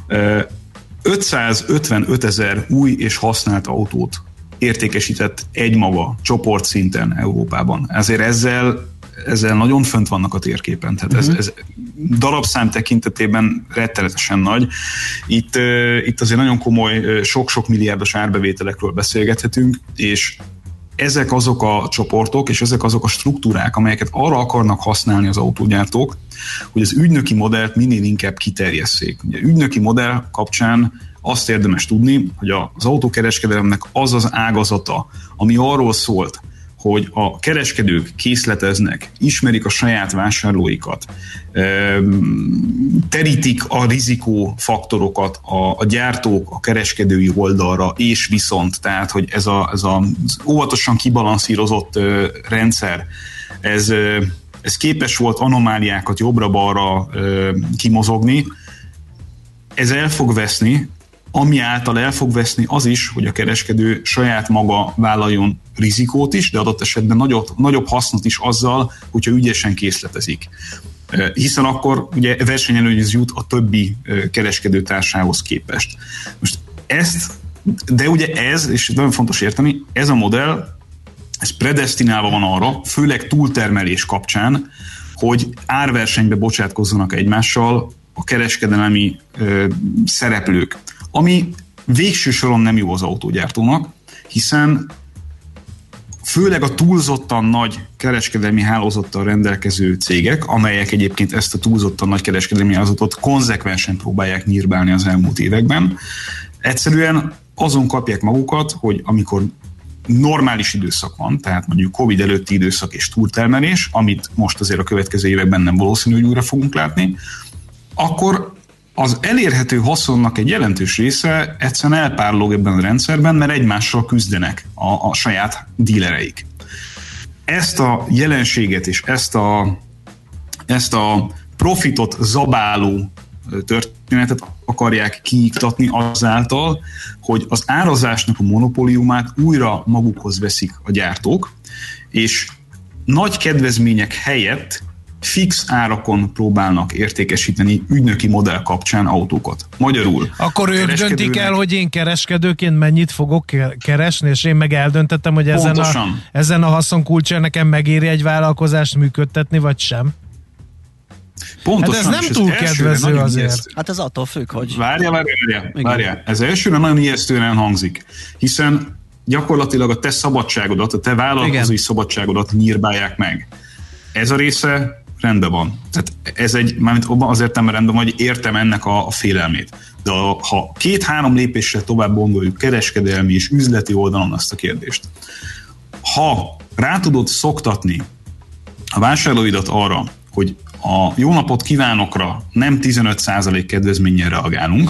555 000 új és használt autót értékesített egymaga csoportszinten Európában. Ezért ezzel nagyon fönt vannak a térképen. Tehát ez darabszám tekintetében rettenetesen nagy. Itt azért nagyon komoly, sok-sok milliárdos árbevételekről beszélgethetünk, és ezek azok a csoportok, és ezek azok a struktúrák, amelyeket arra akarnak használni az autógyártók, hogy az ügynöki modellt minél inkább kiterjesszék. Ugye ügynöki modell kapcsán azt érdemes tudni, hogy az autókereskedelemnek az az ágazata, ami arról szólt, hogy a kereskedők készleteznek, ismerik a saját vásárlóikat, terítik a rizikófaktorokat a gyártók a kereskedői oldalra, és viszont, tehát, hogy ez az óvatosan kibalanszírozott rendszer, ez képes volt anomáliákat jobbra-balra kimozogni, ez el fog veszni, ami által el fog veszni az is, hogy a kereskedő saját maga vállaljon rizikót is, de adott esetben nagyobb hasznot is azzal, hogyha ügyesen készletezik. Hiszen akkor ugye versenyelőnyhöz jut a többi kereskedőtársához képest. Most de ugye és nagyon fontos érteni, ez a modell, ez predesztinálva van arra, főleg túltermelés kapcsán, hogy árversenybe bocsátkozzanak egymással a kereskedelmi szereplők, ami végső soron nem jó az autógyártónak, hiszen főleg a túlzottan nagy kereskedelmi hálózattal rendelkező cégek, amelyek egyébként ezt a túlzottan nagy kereskedelmi hálózatot konzekvensen próbálják nyírbálni az elmúlt években, egyszerűen azon kapják magukat, hogy amikor normális időszak van, tehát mondjuk Covid előtti időszak és túltermelés, amit most azért a következő években nem valószínű, hogy újra fogunk látni, akkor az elérhető haszonnak egy jelentős része egyszerűen elpárolog ebben a rendszerben, mert egymással küzdenek a saját dílereik. Ezt a jelenséget és ezt a profitot zabáló történetet akarják kiiktatni azáltal, hogy az árazásnak a monopóliumát újra magukhoz veszik a gyártók, és nagy kedvezmények helyett fix árakon próbálnak értékesíteni ügynöki modell kapcsán autókat. Magyarul. Akkor ők döntik el, hogy én kereskedőként mennyit fogok keresni, és én meg eldöntettem, hogy ezen a haszonkulcsán nekem megéri egy vállalkozást működtetni, vagy sem. Pontosan. Hát ez nem túl kedvező azért. Ijesztő. Hát ez attól függ, hogy... Várjál. Ez elsőre nagyon ijesztően hangzik, hiszen gyakorlatilag a te szabadságodat, a te vállalkozói szabadságodat nyírbálják meg. Ez a része rendben van. Tehát ez mármint az értelemben rendben van, hogy értem ennek a félelmét. De ha 2-3 lépéssel tovább gondoljuk kereskedelmi és üzleti oldalon azt a kérdést, ha rá tudod szoktatni a vásárlóidat arra, hogy a jó napot kívánokra nem 15% kedvezménnyel reagálunk,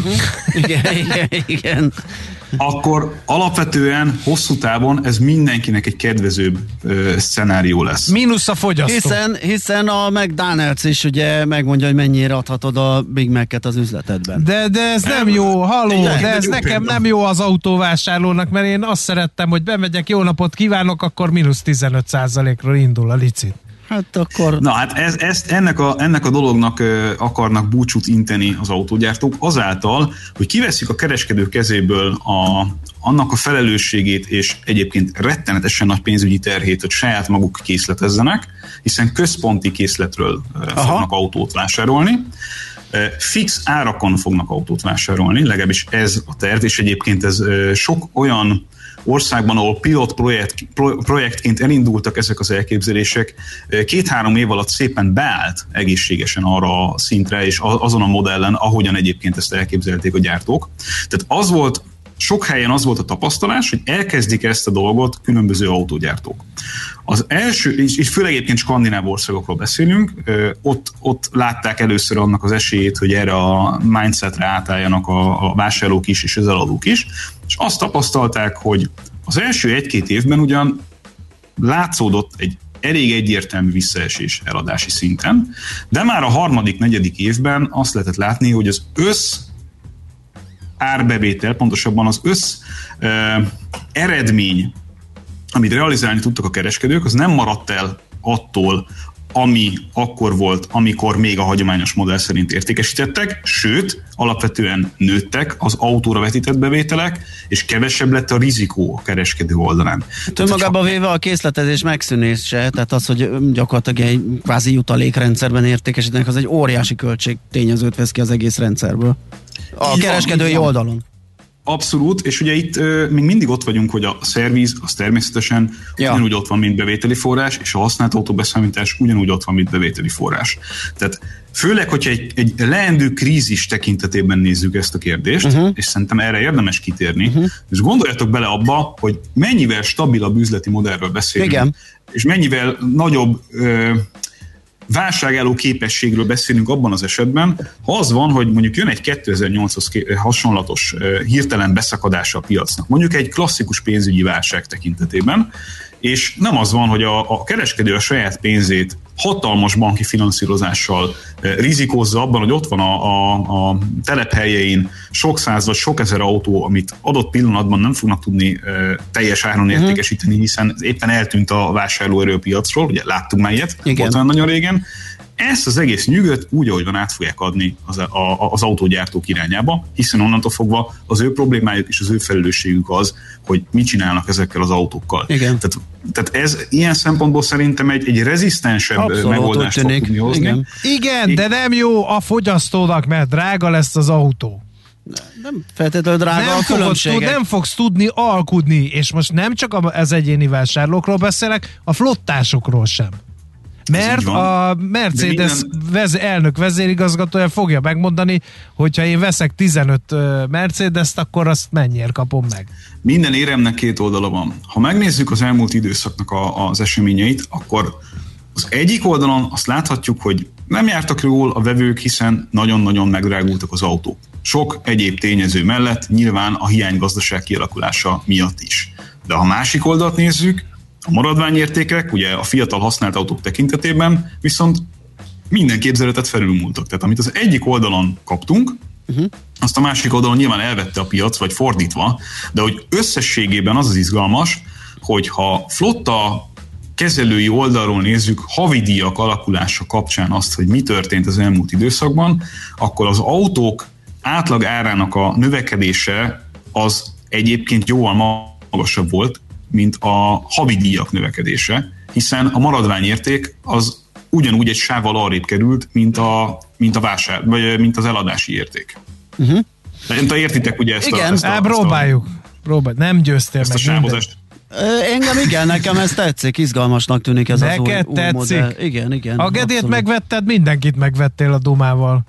Igen. akkor alapvetően hosszú távon ez mindenkinek egy kedvezőbb szenárió lesz. Mínusz a fogyasztó. Hiszen a McDonald's is ugye megmondja, hogy mennyire adhatod a Big Mac-et az üzletedben. De ez nem jó, de ez nekem nem jó az autóvásárlónak, mert én azt szerettem, hogy bemegyek, jó napot kívánok, akkor mínusz 15%-ról indul a licit. Hát akkor... Na hát ennek a dolognak akarnak búcsút inteni az autógyártók azáltal, hogy kiveszik a kereskedő kezéből annak a felelősségét és egyébként rettenetesen nagy pénzügyi terhét, hogy saját maguk készletezzenek, hiszen központi készletről fognak autót vásárolni. Fix árakon fognak autót vásárolni, legalábbis ez a terv, és egyébként ez sok olyan országban, ahol pilot projektként elindultak ezek az elképzelések, 2-3 év alatt szépen beállt egészségesen arra a szintre, és azon a modellen, ahogyan egyébként ezt elképzelték a gyártók. Tehát az volt sok helyen az volt a tapasztalás, hogy elkezdik ezt a dolgot különböző autógyártók. Az első, és főleg egyébként skandináv országokról beszélünk, ott látták először annak az esélyét, hogy erre a mindsetre átálljanak a vásárlók is és az eladók is, és azt tapasztalták, hogy az első 1-2 évben ugyan látszódott egy elég egyértelmű visszaesés eladási szinten, de már a 3.-4. évben azt lehetett látni, hogy az árbevétel, pontosabban az eredmény, amit realizálni tudtak a kereskedők, az nem maradt el attól, ami akkor volt, amikor még a hagyományos modell szerint értékesítettek, sőt, alapvetően nőttek az autóra vetített bevételek, és kevesebb lett a rizikó a kereskedő oldalán. Önmagában véve a készletezés megszűnése, tehát az, hogy gyakorlatilag egy kvázi jutalékrendszerben értékesítenek, az egy óriási költségtényezőt vesz ki az egész rendszerből. A kereskedői oldalon. Abszolút, és ugye itt még mindig ott vagyunk, hogy a szerviz az természetesen ugyanúgy ott van, mint bevételi forrás, és a használt autóbeszámítás ugyanúgy ott van, mint bevételi forrás. Tehát főleg, hogyha egy leendő krízis tekintetében nézzük ezt a kérdést, és szerintem erre érdemes kitérni, és gondoljatok bele abba, hogy mennyivel stabilabb üzleti modellről beszélünk, igen, és mennyivel nagyobb válságálló képességről beszélünk abban az esetben, ha az van, hogy mondjuk jön egy 2008-hoz hasonlatos hirtelen beszakadása a piacnak, mondjuk egy klasszikus pénzügyi válság tekintetében, és nem az van, hogy a kereskedő a saját pénzét hatalmas banki finanszírozással rizikózza abban, hogy ott van a telephelyein sok száz vagy sok ezer autó, amit adott pillanatban nem fognak tudni teljes áron értékesíteni, hiszen éppen eltűnt a vásárlóerő a piacról, ugye láttuk már ilyet, volt olyan nagyon régen. Ezt az egész nyűgöt úgy, ahogy van, át fogják adni az autógyártók irányába, hiszen onnantól fogva az ő problémájuk és az ő felelősségük az, hogy mit csinálnak ezekkel az autókkal. Tehát ez ilyen szempontból szerintem egy rezisztensebb megoldást fog tudni hozni. Igen, de nem jó a fogyasztónak, mert drága lesz az autó. Nem feltétlenül drága a különbségek. Nem fogsz tudni alkudni, és most nem csak az egyéni vásárlókról beszélek, a flottásokról sem. Mert a Mercedes elnök vezérigazgatója fogja megmondani, hogyha én veszek 15 Mercedes-t, akkor azt mennyiért kapom meg? Minden éremnek két oldala van. Ha megnézzük az elmúlt időszaknak az eseményeit, akkor az egyik oldalon azt láthatjuk, hogy nem jártak jól a vevők, hiszen nagyon-nagyon megdrágultak az autók. Sok egyéb tényező mellett, nyilván a hiánygazdaság kialakulása miatt is. De ha a másik oldalt nézzük, a maradványértékek, ugye a fiatal használt autók tekintetében viszont minden képzeletet felülmúltak. Tehát amit az egyik oldalon kaptunk, azt a másik oldalon nyilván elvette a piac, vagy fordítva, de hogy összességében az izgalmas, hogy ha flotta kezelői oldalról nézzük havidíjak alakulása kapcsán azt, hogy mi történt az elmúlt időszakban, akkor az autók átlag árának a növekedése az egyébként jóval magasabb volt, mint a havidíjak növekedése, hiszen a maradványérték az ugyanúgy egy sávval arrébb került, mint a vásár, vagy mint az eladási érték. Nem tudom, értitek ugye ezt próbáljuk. Nem győztél ezt meg. A sávozást. Engem igen, nekem ez tetszik, izgalmasnak tűnik ez az új modell. Igen. A Gedét megvetted, mindenkit megvettél a Dumával.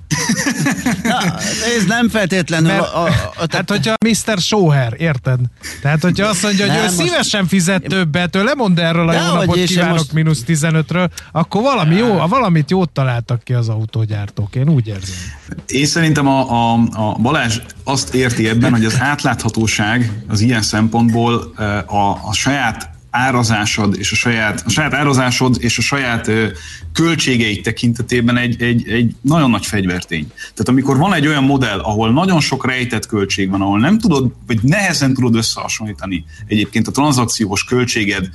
Ez nem feltétlenül... Tehát, hogyha Mr. Schoher, érted? Tehát, hogyha azt mondja, hogy ő szívesen fizet többet, ő lemond erről a jó napot kívánok -15-ről, akkor valamit jót találtak ki az autógyártók, én úgy érzem. Én szerintem a Balázs azt érti ebben, hogy az átláthatóság az ilyen szempontból a saját árazásod és a saját árazásod és a saját költségeid tekintetében egy nagyon nagy fegyvertény. Tehát amikor van egy olyan modell, ahol nagyon sok rejtett költség van, ahol nem tudod, vagy nehezen tudod összehasonlítani egyébként a tranzakciós költséged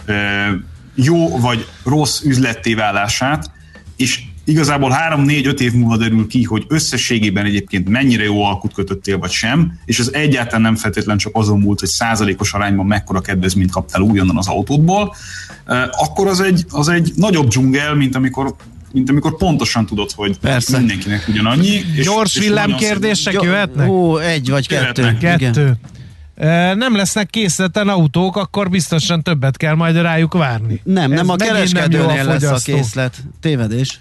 jó vagy rossz üzletté válását, és igazából 3-4-5 év múlva derül ki, hogy összességében egyébként mennyire jó alkut kötöttél, vagy sem, és ez egyáltalán nem feltétlenül csak azon múlt, hogy százalékos arányban mekkora kedvezményt kaptál újonnan az autódból, akkor az egy nagyobb dzsungel, mint amikor pontosan tudod, hogy persze, mindenkinek ugyanannyi. Gyors villámkérdések jöhetnek? Egy vagy kettő. Nem lesznek készleten autók, akkor biztosan többet kell majd rájuk várni. Nem a kereskedőnél lesz a készlet. Tévedés.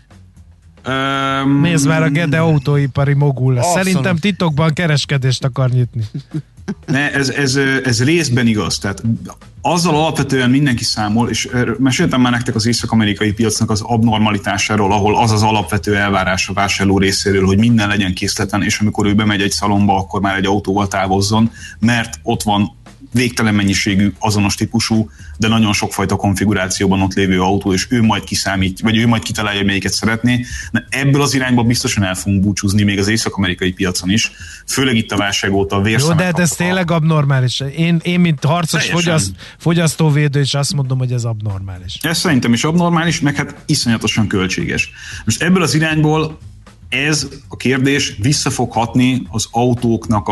Nézd már, a Gede autóipari mogul lesz. Szerintem titokban kereskedést akar nyitni. Ez részben igaz. Tehát azzal alapvetően mindenki számol, és meséltem már nektek az észak-amerikai piacnak az abnormalitásáról, ahol az alapvető elvárás a vásárló részéről, hogy minden legyen készleten, és amikor ő bemegy egy szalomba, akkor már egy autóval távozzon, mert ott van végtelen mennyiségű, azonos típusú, de nagyon sokfajta konfigurációban ott lévő autó, és ő majd kiszámít, vagy ő majd kitalálja, hogy melyiket szeretné. De ebből az irányba biztosan el fogunk búcsúzni még az észak-amerikai piacon is, főleg itt a válság óta a vérszemek. Jó, de ez tényleg abnormális. Én mint harcos fogyasztóvédő is azt mondom, hogy ez abnormális. Ez szerintem is abnormális, meg hát iszonyatosan költséges. Most ebből az irányból ez a kérdés vissza fog hatni az autóknak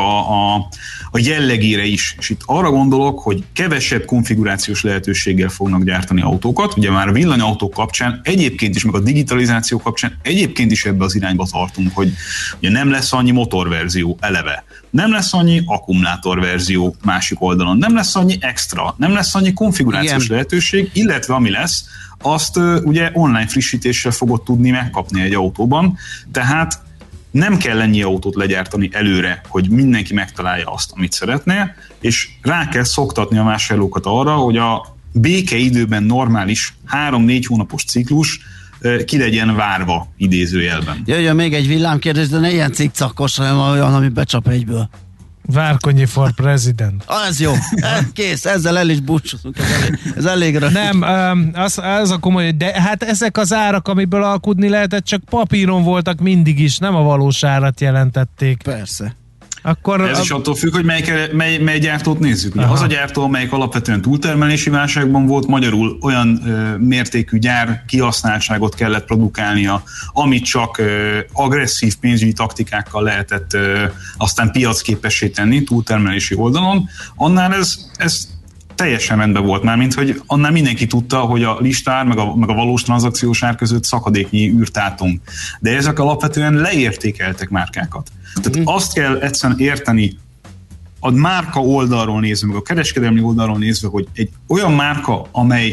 a jellegére is. És itt arra gondolok, hogy kevesebb konfigurációs lehetőséggel fognak gyártani autókat. Ugye már a villanyautók kapcsán egyébként is, meg a digitalizáció kapcsán egyébként is ebbe az irányba tartunk, hogy ugye nem lesz annyi motorverzió eleve. Nem lesz annyi akkumulátorverzió másik oldalon. Nem lesz annyi extra. Nem lesz annyi konfigurációs lehetőség, illetve ami lesz, azt ugye online frissítéssel fogod tudni megkapni egy autóban, tehát nem kell ennyi autót legyártani előre, hogy mindenki megtalálja azt, amit szeretne, és rá kell szoktatni a vásárlókat arra, hogy a békeidőben normális 3-4 hónapos ciklus ki legyen várva idézőjelben. Jöjjön még egy villámkérdés, de ne ilyen cikcakos, hanem olyan, ami becsap egyből. Várkonyi for president. Ez jó. Kész, ezzel el is búcsúzunk. Ez elégre. Nem, az a komoly, de hát ezek az árak, amiből alkudni lehetett, csak papíron voltak mindig is, nem a valós árat jelentették. Persze. Akkor ez is attól függ, hogy mely gyártót nézzük. Ugye az a gyártó, amelyik alapvetően túltermelési válságban volt, magyarul olyan mértékű gyár kihasználtságot kellett produkálnia, amit csak agresszív pénzügyi taktikákkal lehetett aztán piacképessé tenni túltermelési oldalon, annál ez teljesen rendben volt már, mint hogy annál mindenki tudta, hogy a listár meg a valós tranzakciós ár között szakadéknyi űrt átunk. De ezek alapvetően leértékeltek márkákat. Tehát azt kell egyszerűen érteni a márka oldalról nézve, meg a kereskedelmi oldalról nézve, hogy egy olyan márka,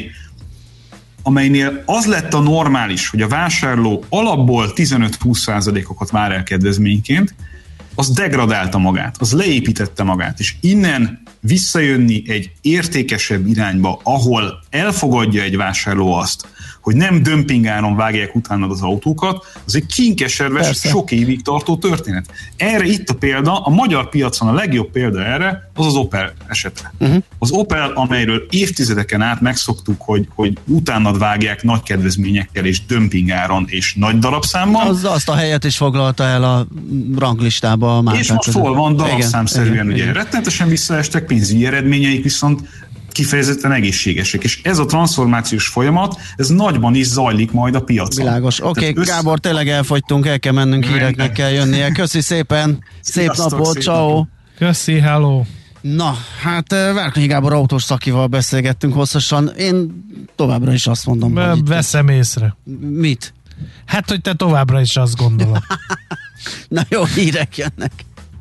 amelynél az lett a normális, hogy a vásárló alapból 15-20%-okat vár el kedvezményként, az degradálta magát, az leépítette magát, és innen visszajönni egy értékesebb irányba, ahol elfogadja egy vásárló azt, hogy nem dömpingáron vágják utánad az autókat, az egy kinkeserves, sok évig tartó történet. Erre itt a példa, a magyar piacon a legjobb példa erre, az Opel esete. Az Opel, amelyről évtizedeken át megszoktuk, hogy utánad vágják nagy kedvezményekkel és dömpingáron és nagy darabszámmal. Azt a helyet is foglalta el a ranglistába a márkát. És most hol van darabszámszerűen, ugye rettenetesen visszaestek, pénzügyi eredményeik viszont kifejezetten egészségesek, és ez a transformációs folyamat, ez nagyban is zajlik majd a piacon. Világos. Oké, Gábor, tényleg elfogytunk, el kell mennünk, híreknek kell jönnie. Köszi szépen, szép napot, ciao. Köszi, hello. Na, hát Várkonyi Gábor autós szakival beszélgettünk hosszasan. Én továbbra is azt mondom, hogy veszem észre. Mit? Hát, hogy te továbbra is azt gondolod. Na jó, hírek jönnek.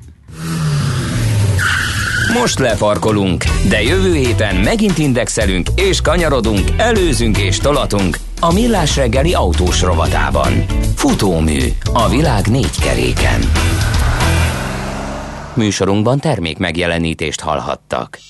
Most lefarkolunk, de jövő héten megint indexelünk és kanyarodunk, előzünk és tolatunk a Millás reggeli autós rovatában. Futómű a világ 4 keréken. Műsorunkban termék megjelenítést hallhattak.